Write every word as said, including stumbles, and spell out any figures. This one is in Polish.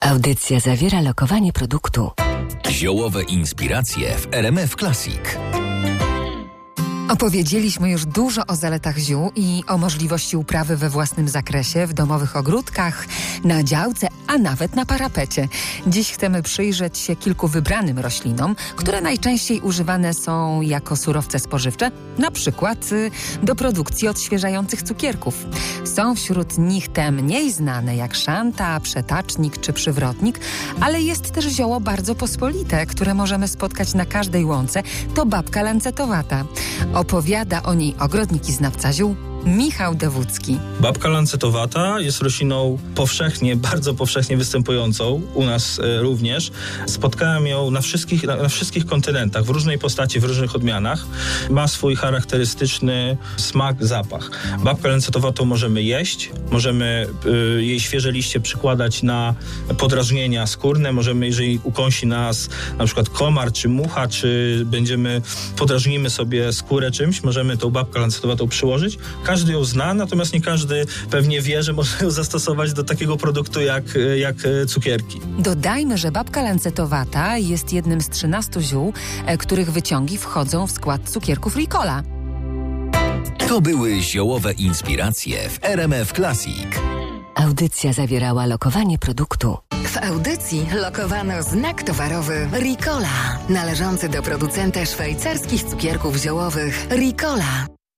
Audycja zawiera lokowanie produktu. Ziołowe inspiracje w R M F Classic. Opowiedzieliśmy już dużo o zaletach ziół i o możliwości uprawy we własnym zakresie, w domowych ogródkach, na działce, a nawet na parapecie. Dziś chcemy przyjrzeć się kilku wybranym roślinom, które najczęściej używane są jako surowce spożywcze, na przykład y, do produkcji odświeżających cukierków. Są wśród nich te mniej znane jak szanta, przetacznik czy przywrotnik, ale jest też zioło bardzo pospolite, które możemy spotkać na każdej łące. To babka lancetowata. Opowiada o niej ogrodnik i znawca ziół Michał Dewódzki. Babka lancetowata jest rośliną powszechnie, bardzo powszechnie występującą, u nas e, również. Spotkałem ją na wszystkich, na, na wszystkich kontynentach, w różnej postaci, w różnych odmianach. Ma swój charakterystyczny smak, zapach. Babkę lancetowatą możemy jeść, możemy y, jej świeże liście przykładać na podrażnienia skórne, możemy, jeżeli ukąsi nas na przykład komar, czy mucha, czy będziemy, podrażnimy sobie skórę czymś, możemy tą babkę lancetowatą przyłożyć. Każdy ją zna, natomiast nie każdy pewnie wie, że może ją zastosować do takiego produktu jak, jak cukierki. Dodajmy, że babka lancetowata jest jednym z trzynastu ziół, których wyciągi wchodzą w skład cukierków Ricola. To były ziołowe inspiracje w R M F Classic. Audycja zawierała lokowanie produktu. W audycji lokowano znak towarowy Ricola, należący do producenta szwajcarskich cukierków ziołowych Ricola.